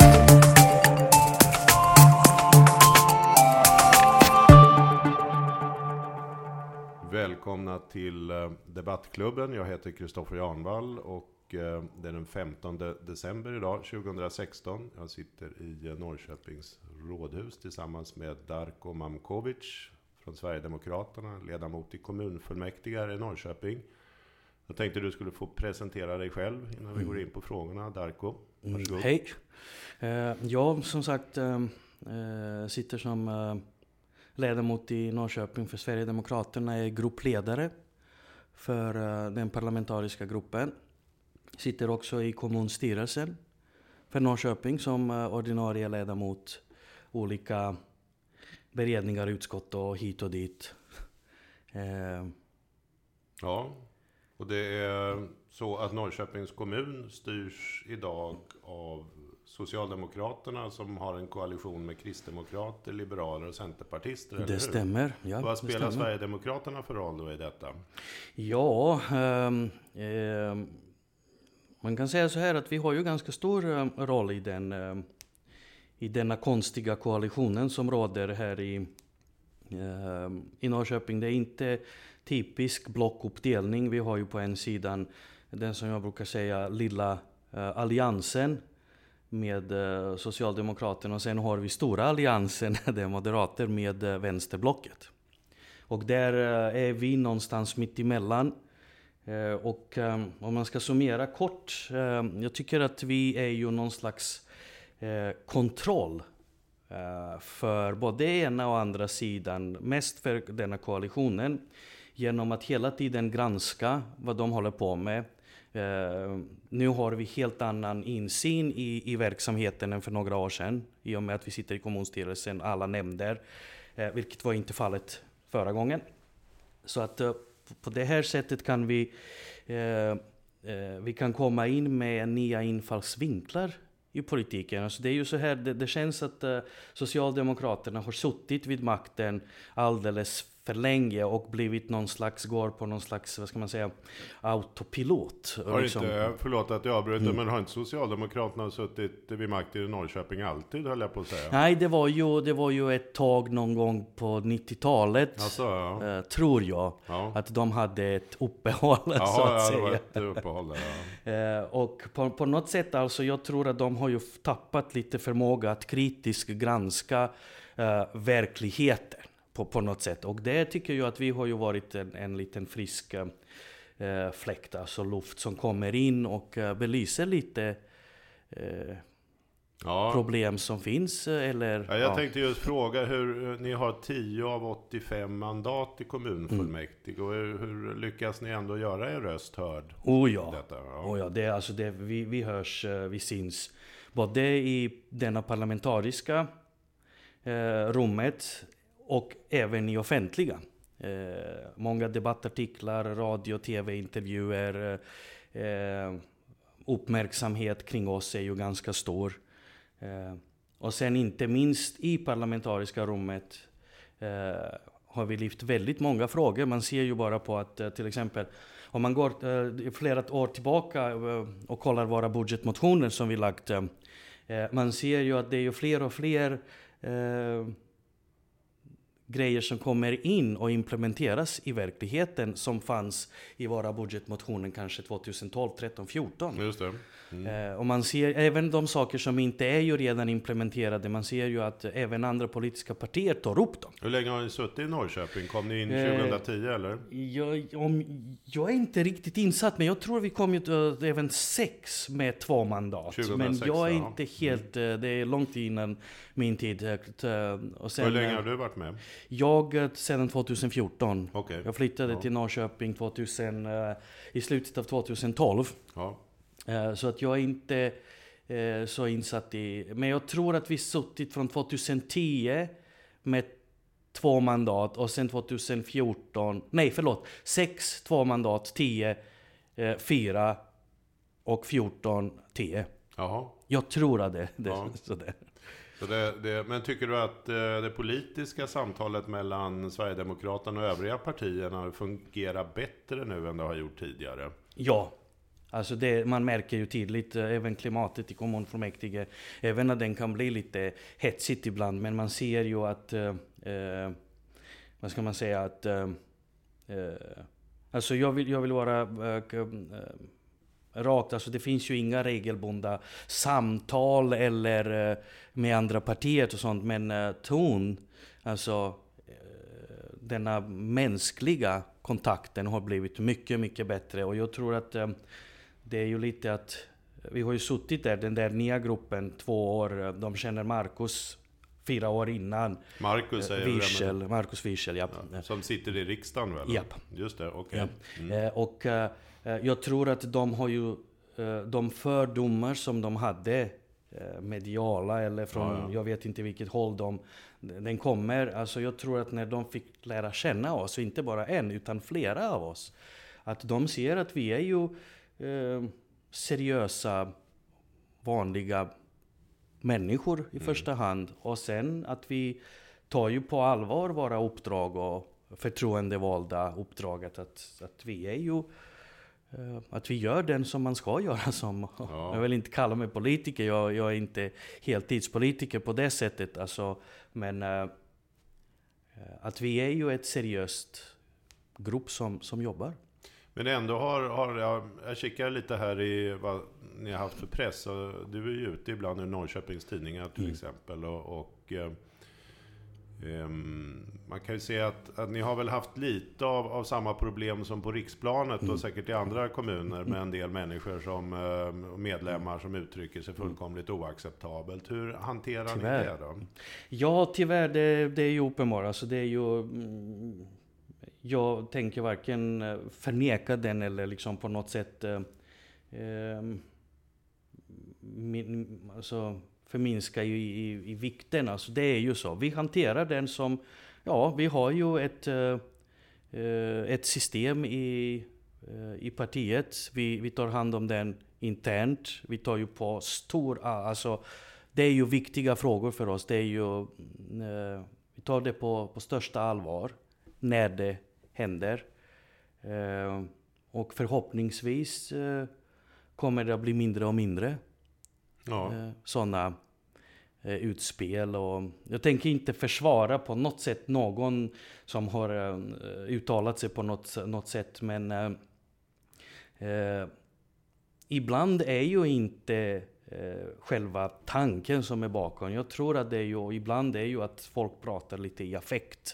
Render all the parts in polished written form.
Välkomna till Debattklubben. Jag heter Kristoffer Janvall och det är den 15 december idag, 2016. Jag sitter i Norrköpings rådhus tillsammans med Darko Mamkovic från Sverigedemokraterna, ledamot i kommunfullmäktige här i Norrköping. Jag tänkte du skulle få presentera dig själv innan vi går in på frågorna. Darko, varsågod. Hej. Jag som sagt sitter som ledamot i Norrköping för Sverigedemokraterna, är gruppledare för den parlamentariska gruppen. Sitter också i kommunstyrelsen för Norrköping som ordinarie ledamot, olika beredningar, utskott och hit och dit. Ja, och det är så att Norrköpings kommun styrs idag av Socialdemokraterna som har en koalition med kristdemokrater, liberaler och centerpartister. Det stämmer. Ja, vad spelar Sverigedemokraterna för roll då i detta? Ja, man kan säga så här att vi har ju ganska stor roll i denna konstiga koalitionen som råder här i Norrköping. Det är inte typisk blockuppdelning. Vi har ju på en sidan den som jag brukar säga lilla alliansen med Socialdemokraterna, och sen har vi stora alliansen, det är moderater med vänsterblocket. Och där är vi någonstans mitt emellan. Och om man ska summera kort, jag tycker att vi är ju någon slags kontroll för både ena och andra sidan, mest för denna koalitionen, genom att hela tiden granska vad de håller på med. Nu har vi helt annan insyn i verksamheten än för några år sedan, i och med att vi sitter i kommunstyrelsen, alla nämnder, vilket var inte fallet förra gången. Så att på det här sättet kan vi kan komma in med nya infallsvinklar i politiken. Alltså det är ju så här, det känns att Socialdemokraterna har suttit vid makten alldeles för länge och blivit går på någon slags, vad ska man säga, autopilot. Förlåt att jag avbryter, men har inte Socialdemokraterna suttit vid makten i Norrköping alltid, höll jag på att säga? Nej, det var ju ett tag någon gång på 90-talet, alltså, ja. Tror jag, att de hade ett uppehåll, så att säga. Ja, det var ett uppehåll, ja. Och på något sätt, alltså, jag tror att de har ju tappat lite förmåga att kritiskt granska verkligheten. På något sätt. Och det tycker jag att vi har ju varit en liten frisk fläkt, alltså luft som kommer in och belyser lite problem som finns. Jag tänkte just fråga hur ni har 10 av 85 mandat i kommunfullmäktige och hur lyckas ni ändå göra er röst hörd? Vi hörs, vi syns både i denna parlamentariska rummet och även i offentliga. Många debattartiklar, radio, tv-intervjuer, uppmärksamhet kring oss är ju ganska stor. Och sen inte minst i parlamentariska rummet har vi lyft väldigt många frågor. Man ser ju bara på att till exempel om man går flera år tillbaka och kollar våra budgetmotioner som vi lagt, man ser ju att det är ju fler och fler grejer som kommer in och implementeras i verkligheten som fanns i våra budgetmotioner kanske 2012, 13, 14. Just det. Och man ser även de saker som inte är ju redan implementerade. Man ser ju att även andra politiska partier tar upp dem. Hur länge har ni suttit i Norrköping? Kom ni in 2010 eller? Jag är inte riktigt insatt, men jag tror vi kom ju även 6 med 2 mandat. 2006, men jag är inte helt, det är långt innan min tid. Och sen, hur länge har du varit med? Jag sedan 2014. Okay. Jag flyttade till Norrköping i slutet av 2012. Ja. Så att jag är inte så insatt i. Men jag tror att vi suttit från 2010 med 2 mandat och sen 6 2 mandat, 10 4 och 14 10. Jaha. Jag tror att det sådär. Men tycker du att det politiska samtalet mellan Sverigedemokraterna och övriga partierna fungerar bättre nu än det har gjort tidigare? Ja, Alltså man märker ju tydligt, även klimatet i kommunfullmäktige, även när den kan bli lite hetsigt ibland, men man ser ju att, vad ska man säga, att alltså jag vill vara rakt, alltså det finns ju inga regelbundna samtal eller med andra partier och sånt, men ton, alltså denna mänskliga kontakten har blivit mycket, mycket bättre. Och jag tror att det är ju lite att vi har ju suttit där, den där nya gruppen 2 år, de känner Marcus 4 år innan. Marcus Marcus Wiechel, ja. Som sitter i riksdagen väl? Japp. Just det, okej. Och jag tror att de har ju de fördomar som de hade, mediala eller från, jag vet inte vilket håll den kommer. Alltså jag tror att när de fick lära känna oss, och inte bara en utan flera av oss, att de ser att vi är ju seriösa, vanliga människor i första hand. Och sen att vi tar ju på allvar våra uppdrag och förtroendevalda uppdraget. Att vi är ju att vi gör den som man ska göra som. Ja. Jag vill inte kalla mig politiker, jag är inte heltidspolitiker på det sättet. Alltså, men att vi är ju ett seriöst grupp som jobbar. Men ändå har jag kikar lite här i vad ni har haft för press. Du är ju ute ibland i Norrköpings tidningar till exempel. Och man kan ju se att ni har väl haft lite av samma problem som på riksplanet och säkert i andra kommuner med en del människor som medlemmar som uttrycker sig fullkomligt oacceptabelt. Hur hanterar ni det då? Ja, tyvärr, det är ju uppenbart. Alltså, det är ju... Jag tänker varken förneka den eller liksom på något sätt alltså förminska i vikten. Alltså det är ju så. Vi hanterar den som, vi har ju ett system i partiet. Vi tar hand om den internt. Vi tar ju på alltså det är ju viktiga frågor för oss. Det är ju, vi tar det på största allvar när det händer. Och förhoppningsvis kommer det att bli mindre och mindre sådana utspel. Och jag tänker inte försvara på något sätt någon som har uttalat sig på något sätt. Men ibland är ju inte själva tanken som är bakom. Jag tror att det är ju, ibland är ju att folk pratar lite i affekt.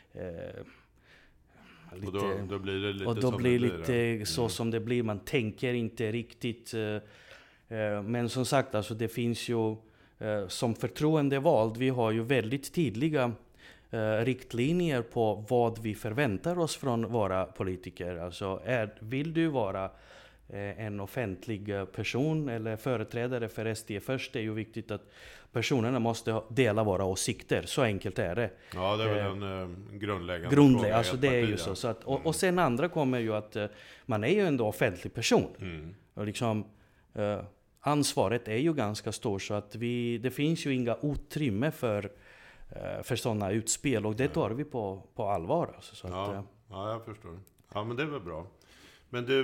Och då blir det lite, och då blir lite så som det blir. Man tänker inte riktigt. Men som sagt, alltså det finns ju som förtroendevald, vi har ju väldigt tydliga riktlinjer på vad vi förväntar oss från våra politiker. Alltså vill du vara en offentlig person eller företrädare för SD, först är ju viktigt att personerna måste dela våra åsikter. Så enkelt är det. Ja, det är väl en grundläggande fråga. Alltså det är ju så att, och sen andra kommer ju att man är ju ändå offentlig person. Och liksom ansvaret är ju ganska stort, så att det finns ju inga utrymme för sådana utspel, och det tar vi på allvar. Alltså, så att, jag förstår. Ja, men det är väl bra. Men du,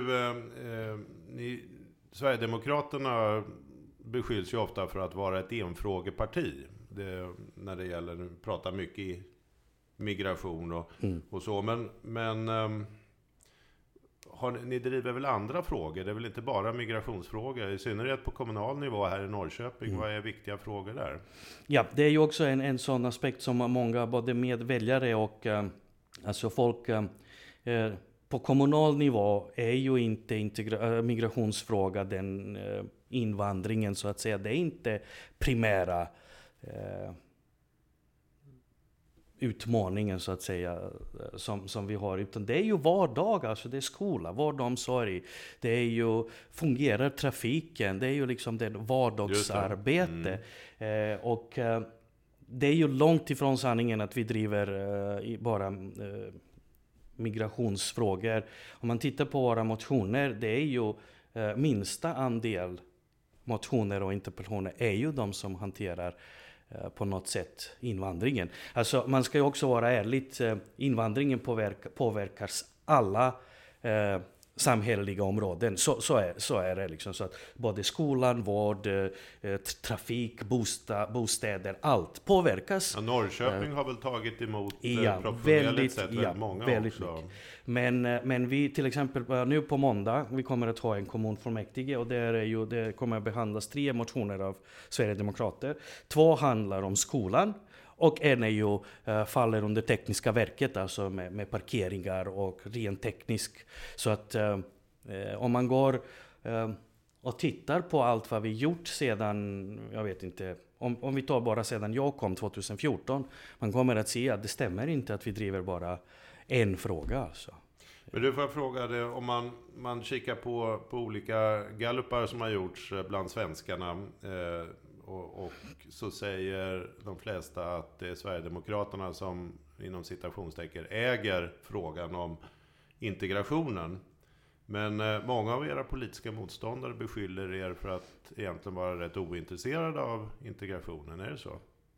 Sverigedemokraterna beskylls ju ofta för att vara ett enfrågeparti. När det gäller, pratar mycket i migration och så. Men ni driver väl andra frågor? Det är väl inte bara migrationsfrågor? I synnerhet på kommunal nivå här i Norrköping. Vad är viktiga frågor där? Ja, det är ju också en sån aspekt som många, både medväljare och alltså folk på kommunal nivå är ju inte migrationsfråga, den invandringen så att säga. Det är inte primära utmaningen så att säga som vi har, utan det är ju vardag, alltså det är skola, vård och omsorg, det är ju fungerar trafiken, det är ju liksom det vardagsarbete. Och det är ju långt ifrån sanningen att vi driver bara migrationsfrågor. Om man tittar på våra motioner, det är ju minsta andel motioner och interpellationer är ju de som hanterar på något sätt invandringen. Alltså man ska ju också vara ärligt, invandringen påverkar alla samhälleliga områden. Så är det liksom. Så att både skolan, vård, trafik, bostäder, allt påverkas. Ja, Norrköping har väl tagit emot proportionellt sett väldigt många också. Men vi till exempel nu på måndag, vi kommer att ha en kommunfullmäktige och det kommer att behandlas 3 motioner av Sverigedemokrater. 2 handlar om skolan. Och en är ju faller under tekniska verket, alltså med parkeringar och rent teknisk. Så att om man går och tittar på allt vad vi gjort sedan, jag vet inte, om vi tar bara sedan jag kom 2014, man kommer att se att det stämmer inte att vi driver bara en fråga alltså. Men du, får jag fråga dig, om man kikar på olika gallupar som har gjorts bland svenskarna, och så säger de flesta att det är Sverigedemokraterna som inom citationstecken äger frågan om integrationen. Men många av era politiska motståndare beskyller er för att egentligen vara rätt ointresserade av integrationen. Är det så?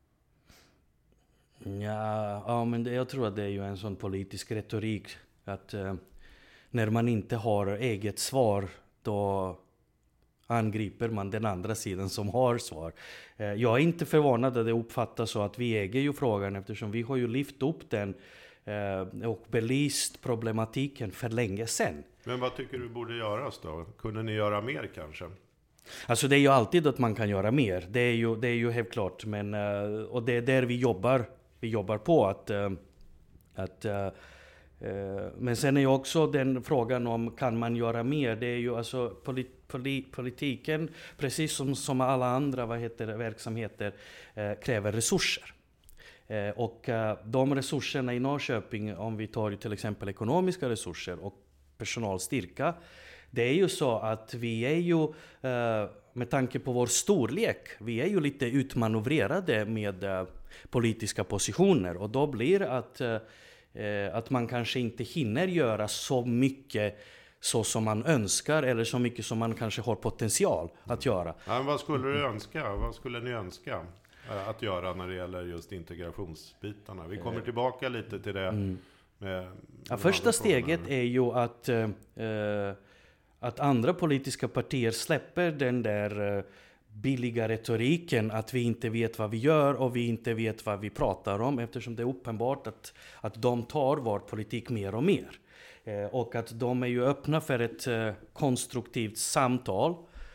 Ja, men jag tror att det är ju en sån politisk retorik att när man inte har eget svar, då angriper man den andra sidan som har svar. Jag är inte förvånad att det uppfattas så att vi äger ju frågan, eftersom vi har ju lyft upp den och belyst problematiken för länge sedan. Men vad tycker du borde göras då? Kunde ni göra mer kanske? Alltså det är ju alltid att man kan göra mer. Det är ju helt klart. Men, och det är där vi jobbar. Vi jobbar på att men sen är ju också den frågan om kan man göra mer. Det är ju alltså politiken, precis som alla andra verksamheter, kräver resurser. Och de resurserna i Norrköping, om vi tar till exempel ekonomiska resurser och personalstyrka, det är ju så att vi är ju, med tanke på vår storlek, vi är ju lite utmanövrerade med politiska positioner. Och då blir att man kanske inte hinner göra så mycket så som man önskar, eller så mycket som man kanske har potential att göra. Ja, men vad skulle du önska? Vad skulle ni önska att göra när det gäller just integrationsbitarna? Vi kommer tillbaka lite till det. Första steget är ju att andra politiska partier släpper den där billiga retoriken att vi inte vet vad vi gör och vi inte vet vad vi pratar om, eftersom det är uppenbart att de tar vår politik mer och mer. Och att de är ju öppna för ett konstruktivt samtal,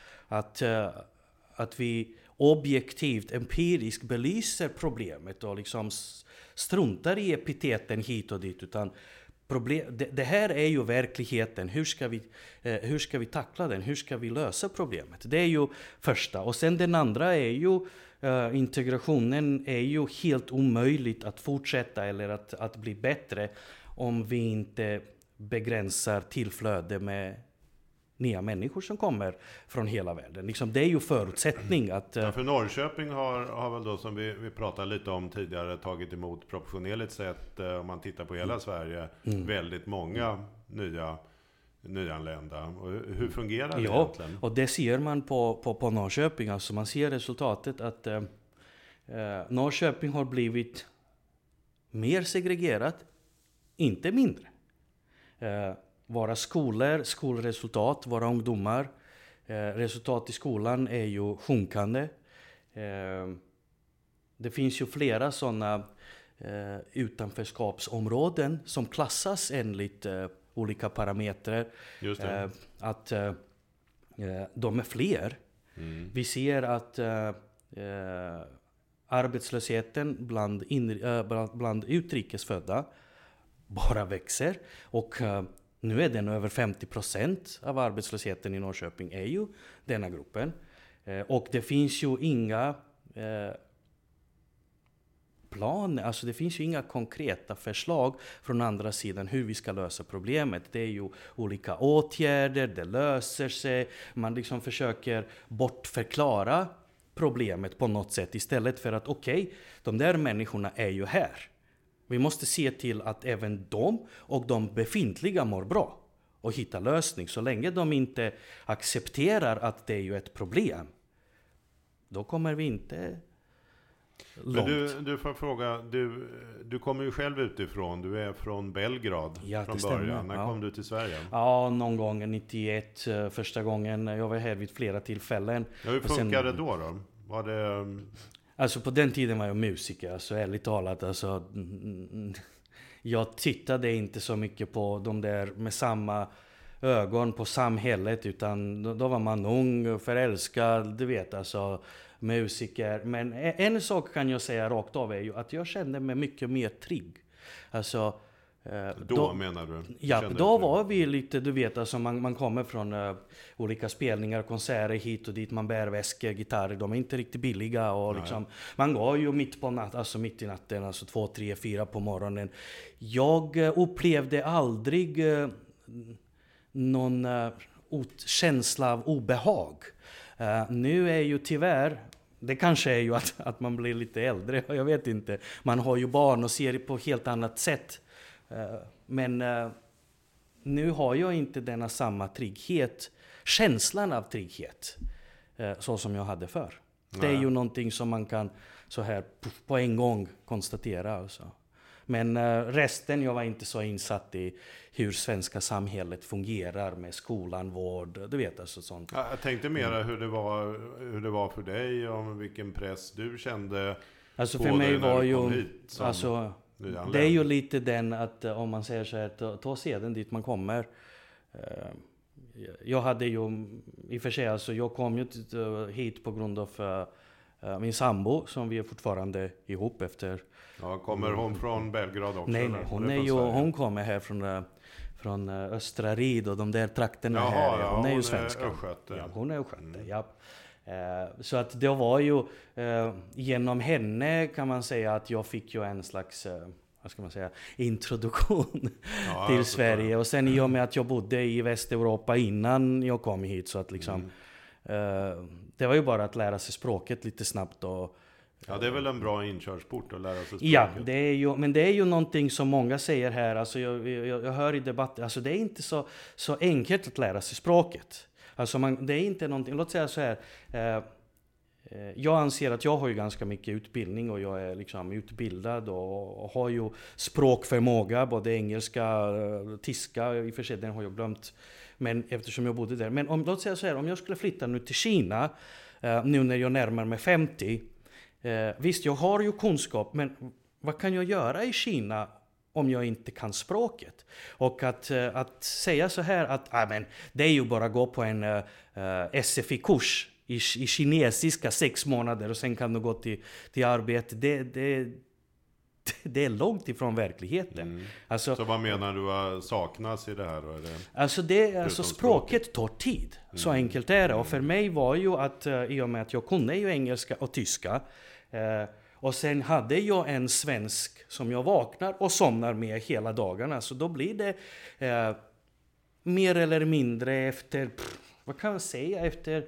att vi objektivt, empiriskt belyser problemet och liksom struntar i epiteten hit och dit, utan det här är ju verkligheten. Hur ska vi tackla den? Hur ska vi lösa problemet? Det är ju första. Och sen den andra är ju integrationen är ju helt omöjligt att fortsätta eller att bli bättre om vi inte begränsar tillflöde med nya människor som kommer från hela världen. Liksom, det är ju förutsättning att... Ja, för Norrköping har väl då, som vi pratade lite om tidigare, tagit emot proportionellt sett, om man tittar på hela Sverige, väldigt många nyanlända. Och hur fungerar det egentligen? Och det ser man på Norrköping. Alltså man ser resultatet att Norrköping har blivit mer segregerat, inte mindre. Våra skolor, skolresultat, våra ungdomar, resultat i skolan är ju sjunkande. Det finns ju flera sådana utanförskapsområden som klassas enligt olika parametrar. Just det. Att de är fler. Vi ser att arbetslösheten bland utrikesfödda bara växer. Och nu är den över 50% av arbetslösheten i Norrköping är ju denna gruppen. Och det finns ju inga planer, alltså det finns ju inga konkreta förslag från andra sidan hur vi ska lösa problemet. Det är ju olika åtgärder, det löser sig. Man liksom försöker bortförklara problemet på något sätt istället för att de där människorna är ju här. Vi måste se till att även de och de befintliga mår bra och hitta lösning. Så länge de inte accepterar att det är ju ett problem, då kommer vi inte Men du får fråga, du kommer ju själv utifrån, du är från Belgrad från början. När kom du till Sverige? Ja, någon gång 91, första gången. Jag var här vid flera tillfällen. Ja, hur funkade det då? Var det... Alltså på den tiden var jag musiker, så ärligt talat. Alltså, jag tittade inte så mycket på de där med samma ögon på samhället, utan då var man ung, förälskad, du vet, alltså musiker. Men en sak kan jag säga rakt av är ju att jag kände mig mycket mer trygg. Alltså, då menar du? Ja, då var vi lite, du vet, alltså man kommer från olika spelningar, konserter hit och dit, man bär väskor, gitarrer, de är inte riktigt billiga och liksom, man går ju mitt i natten, alltså 2, 3, 4 på morgonen. Jag upplevde aldrig någon känsla av obehag. Nu är ju tyvärr, det kanske är ju att man blir lite äldre, jag vet inte. Man har ju barn och ser det på helt annat sätt. Men nu har jag inte denna samma trygghet, känslan av trygghet, så som jag hade förr. Det är ju någonting som man kan så här på en gång konstatera alltså. Men resten, jag var inte så insatt i hur svenska samhället fungerar med skolan, vård, du vet, alltså sånt. Ja, jag tänkte mera hur det var för dig, om vilken press du kände. Alltså på för mig var ju, hit, alltså det är ju lite den att om man säger så här, ta seden dit man kommer. Jag hade ju i och för sig, alltså jag kom ju hit på grund av min sambo, som vi är fortfarande ihop efter. Ja, kommer hon från Belgrad också? Nej, hon kommer här från Östra Rid och de där trakterna. Jaha, här. Hon är ju svenska. Ja, hon är östgöte, ja. Så att det var ju genom henne kan man säga att jag fick ju en slags vad ska man säga, introduktion till Sverige. Och sen i och med att jag bodde i Västeuropa innan jag kom hit, så att liksom det var ju bara att lära sig språket lite snabbt. Och ja, det är väl en bra inkörsport att lära sig språket. Ja, det är ju, men det är ju någonting som många säger här. Alltså jag hör i debatter, alltså det är inte så enkelt att lära sig språket. Alltså det är inte någonting, låt säga så här. Jag anser att jag har ju ganska mycket utbildning och jag är liksom utbildad och har ju språkförmåga, både engelska, tyska, i och för sig den har jag glömt, men eftersom jag bodde där. Men låt säga så här, om jag skulle flytta nu till Kina, nu när jag närmar mig 50, visst jag har ju kunskap, men vad kan jag göra i Kina om jag inte kan språket? Och att säga så här att men det är ju bara att gå på en SFI-kurs i kinesiska 6 månader och sen kan du gå till arbete. Det är långt ifrån verkligheten. Alltså, så vad menar du saknas i det här? Alltså språket tar tid. Så enkelt är det. Och för mig var ju att i och med att jag kunde ju engelska och tyska, och sen hade jag en svensk som jag vaknar och somnar med hela dagarna. Så då blir det mer eller mindre efter, vad kan jag säga, efter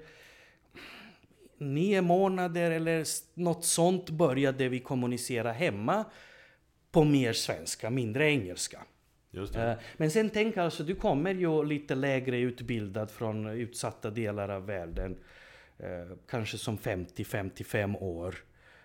9 månader eller något sånt började vi kommunicera hemma på mer svenska, mindre engelska. Just det. Men sen tänk alltså, du kommer ju lite lägre utbildad från utsatta delar av världen. Kanske som 50-55 år.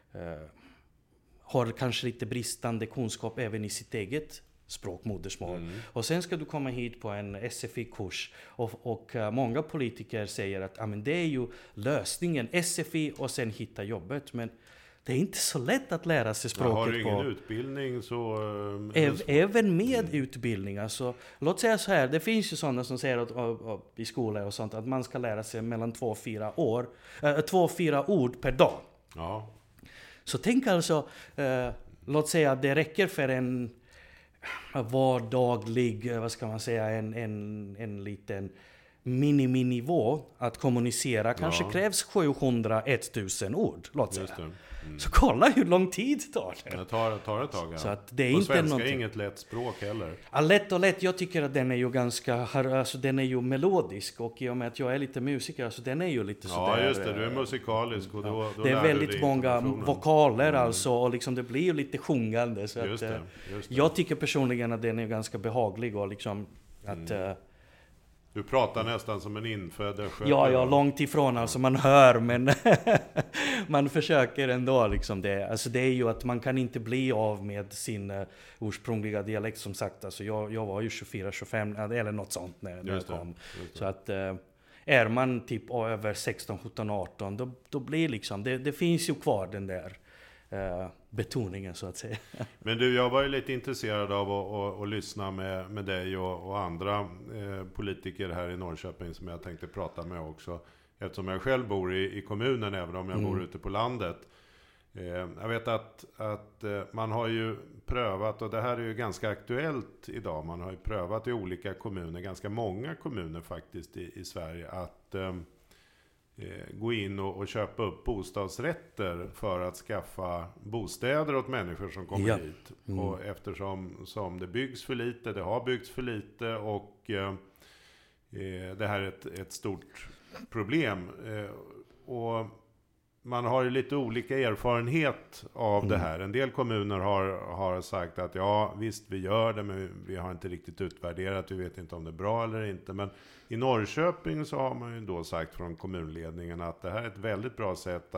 Har kanske lite bristande kunskap även i sitt eget språk, modersmål. Och sen ska du komma hit på en SFI-kurs. Och många politiker säger att men det är ju lösningen, SFI och sen hitta jobbet. Men det är inte så lätt att lära sig språket. Har du ingen utbildning så... Även med utbildning. Alltså, låt säga så här, det finns ju sådana som säger i skolan och sånt att man ska lära sig mellan 2-4 ord per dag. Ja. Så tänk alltså, låt säga att det räcker för en vardaglig, vad ska man säga, en liten miniminivå att kommunicera. Kanske krävs 700-1000 ord, låt säga. Så kolla hur lång tid det tar. Det tar ett tag. Ja. Så att det är och inte svenska någonting. Är inget lätt språk heller. Ja, lätt och lätt. Jag tycker att den är ju ganska, alltså den är ju melodisk, och i och med att jag är lite musiker så den är ju lite sådär. Ja, just det. Du är musikalisk och då det är väldigt många vokaler alltså, och liksom det blir ju lite sjungande, så just att det. Jag tycker personligen att den är ganska behaglig och liksom att du pratar nästan som en infödd östgöte. Ja, långt ifrån alltså, man hör, men man försöker ändå liksom det. Alltså det är ju att man kan inte bli av med sin ursprungliga dialekt som sagt. Alltså jag var ju 24-25 eller något sånt när jag kom. Så att är man typ över 16, 17, 18 då blir liksom, det finns ju kvar den där betoningen så att säga. Men du, jag var ju lite intresserad av att lyssna med dig och andra politiker här i Norrköping som jag tänkte prata med också. Eftersom jag själv bor i kommunen, även om jag bor ute på landet. Jag vet att man har ju prövat, och det här är ju ganska aktuellt idag, man har ju prövat i olika kommuner, ganska många kommuner faktiskt i Sverige, att gå in och köpa upp bostadsrätter för att skaffa bostäder åt människor som kommer hit. Och eftersom det byggs för lite, det har byggts för lite och det här är ett stort problem. Och man har ju lite olika erfarenhet av det här. En del kommuner har sagt att ja, visst vi gör det, men vi har inte riktigt utvärderat, vi vet inte om det är bra eller inte. Men i Norrköping så har man ju då sagt från kommunledningen att det här är ett väldigt bra sätt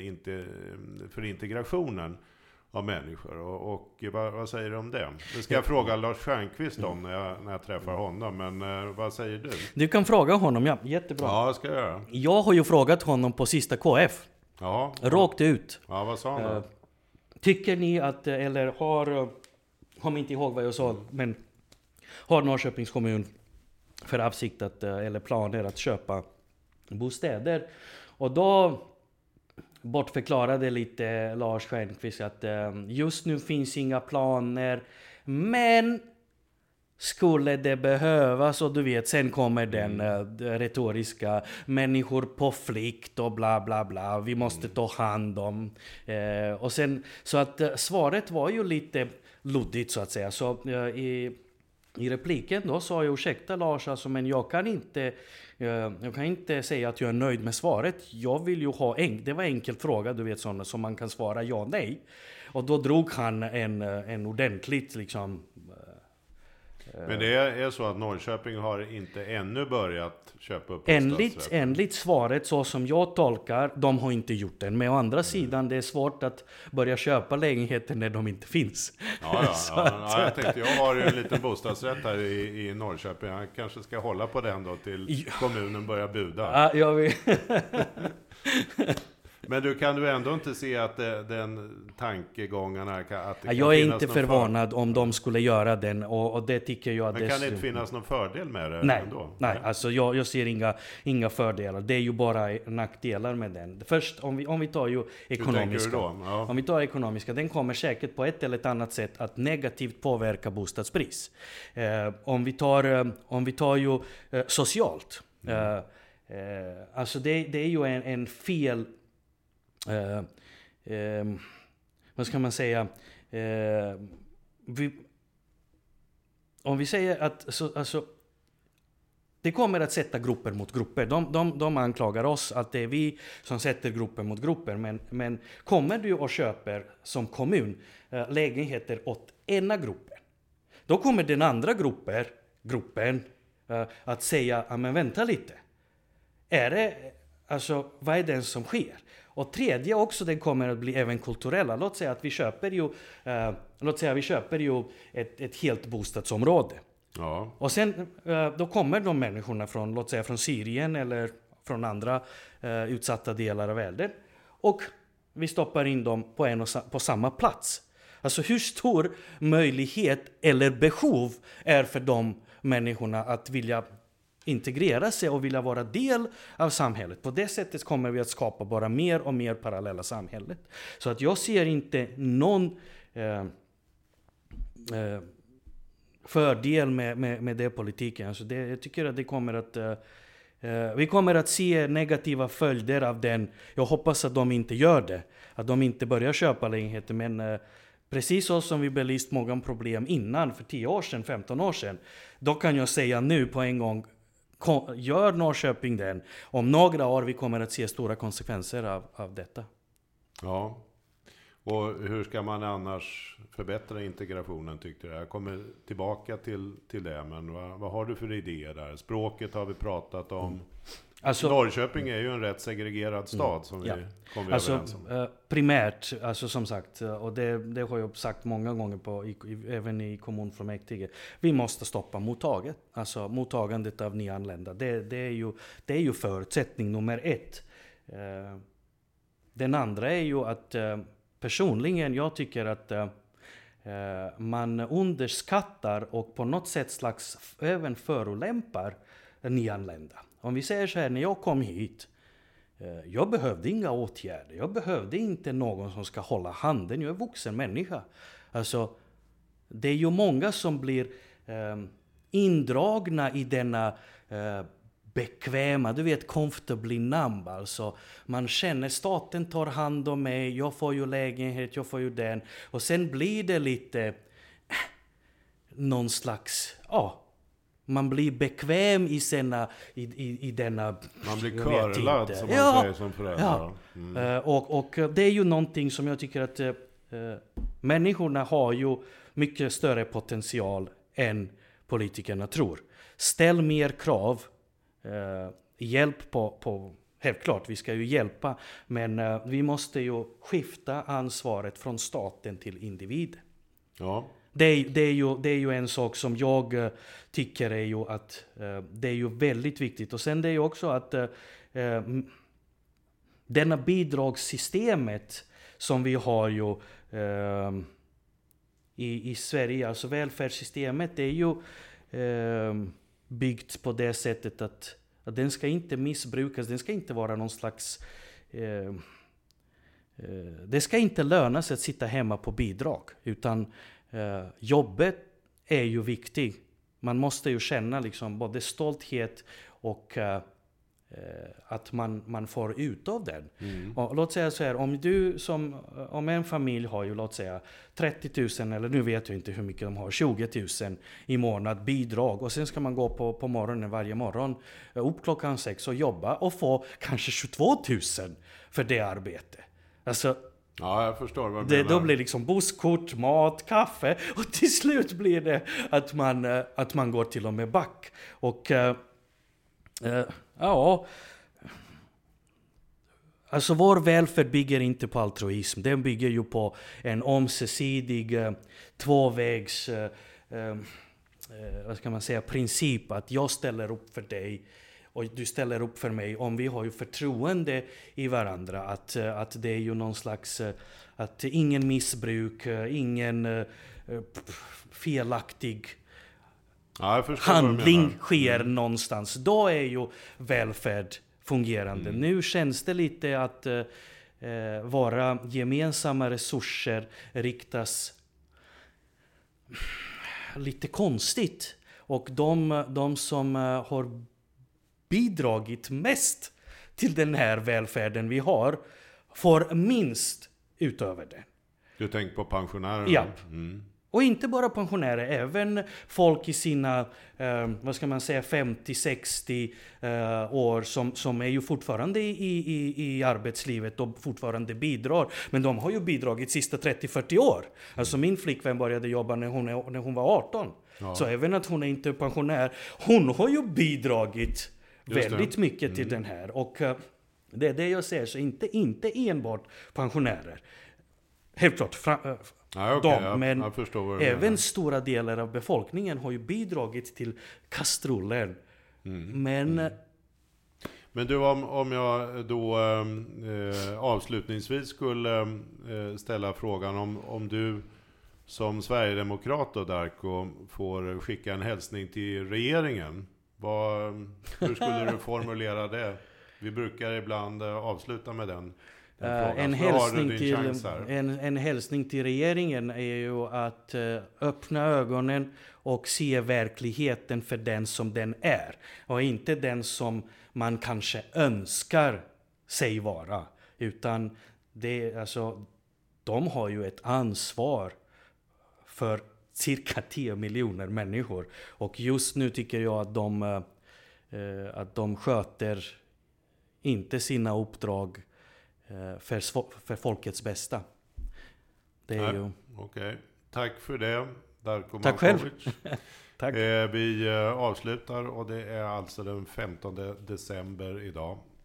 för integrationen av människor. Och vad säger du om det? Det ska jag fråga Lars Stjernkvist om när jag träffar honom. Men vad säger du? Du kan fråga honom, ja. Jättebra. Ja, det ska jag göra. Jag har ju frågat honom på sista KF. Ja. Rakt ut. Ja, vad sa han då? Tycker ni att, eller kommer inte ihåg vad jag sa, men har Norrköpings kommun för avsikt att, eller planer att köpa bostäder? Och då bortförklarade lite Lars Stjernkvist att just nu finns inga planer, men skulle det behövas, och du vet, sen kommer den retoriska människor på flykt och bla bla bla, vi måste ta hand om. Och sen, så att svaret var ju lite luddigt så att säga. Så i repliken då sa jag, ursäkta Lars, alltså, men jag kan inte säga att jag är nöjd med svaret. Jag vill ju ha det var en enkel fråga, du vet, sådana som man kan svara ja, nej. Och då drog han en ordentligt liksom. Men det är så att Norrköping har inte ännu börjat köpa upp bostadsrätter. Enligt svaret så som jag tolkar, de har inte gjort det. Men å andra sidan, det är svårt att börja köpa lägenheter när de inte finns. Jag tänkte, jag har ju en liten bostadsrätt här i Norrköping. Jag kanske ska hålla på den då till kommunen börjar buda. Ja, jag vill. Men du kan du ändå inte se att den tankegångarna att det jag är inte förvånad om de skulle göra den, och det tycker jag. Men kan det inte finnas någon fördel med det ändå? Nej, alltså jag ser inga fördelar. Det är ju bara nackdelar med den. Först om vi tar ju ekonomiska. Ja. Om vi tar ekonomiska, den kommer säkert på ett eller ett annat sätt att negativt påverka bostadspris. Om vi tar ju socialt. Alltså det är ju en fel. Vad ska man säga? Om vi säger att alltså, det kommer att sätta grupper mot grupper. De anklagar oss att det är vi som sätter grupper mot grupper. Men kommer du och köper som kommun lägenheter åt ena gruppen, då kommer den andra gruppen att säga, men vänta lite. Vad är det som sker? Och tredje också, det kommer att bli även kulturella. Låt säga att vi köper ju ett helt bostadsområde. Ja. Och sen då kommer de människorna från Syrien eller från andra utsatta delar av världen. Och vi stoppar in dem på samma plats. Alltså hur stor möjlighet eller behov är för de människorna att vilja integrera sig och vilja vara del av samhället. På det sättet kommer vi att skapa bara mer och mer parallella samhället. Så att jag ser inte någon fördel med det politiken. Alltså jag tycker att det kommer att vi kommer att se negativa följder av den. Jag hoppas att de inte gör det. Att de inte börjar köpa lägenheter. Men precis så som vi belyst många problem innan, för 10 år sedan, 15 år sedan. Då kan jag säga nu på en gång, gör Norrköping den. Om några år vi kommer att se stora konsekvenser av detta. Ja. Och hur ska man annars förbättra integrationen, tyckte jag? Jag kommer tillbaka till det, men vad har du för idéer där? Språket har vi pratat om. Alltså, Norrköping är ju en rätt segregerad stad som vi kom överens om. Primärt, alltså som sagt, och det har jag sagt många gånger även i kommunfullmäktige. Vi måste stoppa mottagandet av nyanlända. Det är ju förutsättning nummer 1. Den andra är ju att personligen jag tycker att man underskattar och på något sätt slags även förolämpar nyanlända. Om vi säger så här, när jag kom hit, jag behövde inga åtgärder. Jag behövde inte någon som ska hålla handen. Jag är vuxen människa. Alltså, det är ju många som blir indragna i denna bekväma, du vet, comfortably numb. Alltså, man känner staten tar hand om mig, jag får ju lägenhet, jag får ju den. Och sen blir det lite någon slags, man blir bekväm i denna... Man blir körlad som man säger som förälder. Ja. Och det är ju någonting som jag tycker att människorna har ju mycket större potential än politikerna tror. Ställ mer krav, hjälp på helt klart, vi ska ju hjälpa, men vi måste ju skifta ansvaret från staten till individer. Ja. Det är ju en sak som jag tycker är ju att det är ju väldigt viktigt. Och sen det är ju också att denna bidragssystemet som vi har ju i Sverige, alltså välfärdssystemet, är ju byggt på det sättet att den ska inte missbrukas, den ska inte vara någon slags... det ska inte löna sig att sitta hemma på bidrag, utan jobbet är ju viktigt. Man måste ju känna liksom både stolthet och att man får ut av den. Och låt säga så här, om en familj har ju, låt säga 30 000, eller nu vet jag inte hur mycket de har, 20 000 i månad bidrag, och sen ska man gå på morgonen varje morgon upp klockan 6 och jobba och få kanske 22 000 för det arbetet. Alltså, ja, jag förstår vad du menar. Då blir liksom busskort, mat, kaffe, och till slut blir det att man går till och med back. Och alltså vår välfärd bygger inte på altruism. Den bygger ju på en ömsesidig tvåvägs vad ska man säga, princip, att jag ställer upp för dig och du ställer upp för mig. Om vi har ju förtroende i varandra, att det är ju någon slags, att ingen missbruk, ingen felaktig handling sker någonstans. Då är ju välfärd fungerande. Nu känns det lite att våra gemensamma resurser riktas lite konstigt. Och de som har bidragit mest till den här välfärden vi har får minst utöver den. Du tänker på pensionärerna? Ja. Och inte bara pensionärer, även folk i sina, vad ska man säga, 50-60 år som är ju fortfarande i arbetslivet och fortfarande bidrar. Men de har ju bidragit sista 30-40 år. Alltså min flickvän började jobba när hon var 18. Ja. Så även att hon är inte pensionär, hon har ju bidragit väldigt mycket till den här. Och det är det jag säger, så inte enbart pensionärer. Helt klart, men jag förstår vad även stora delar av befolkningen har ju bidragit till kastrullen. Men du, om jag då avslutningsvis skulle ställa frågan om du som sverigedemokrat då, Darko, får skicka en hälsning till regeringen. Hur skulle du formulera det? Vi brukar ibland avsluta med den. En hälsning till regeringen är ju att öppna ögonen och se verkligheten för den som den är. Och inte den som man kanske önskar sig vara. Utan de har ju ett ansvar för cirka 10 miljoner människor. Och just nu tycker jag att de sköter inte sina uppdrag för folkets bästa. Det är ju... Okej. Tack för det, Darko Markovic. Tack. Vi avslutar och det är alltså den 15 december idag.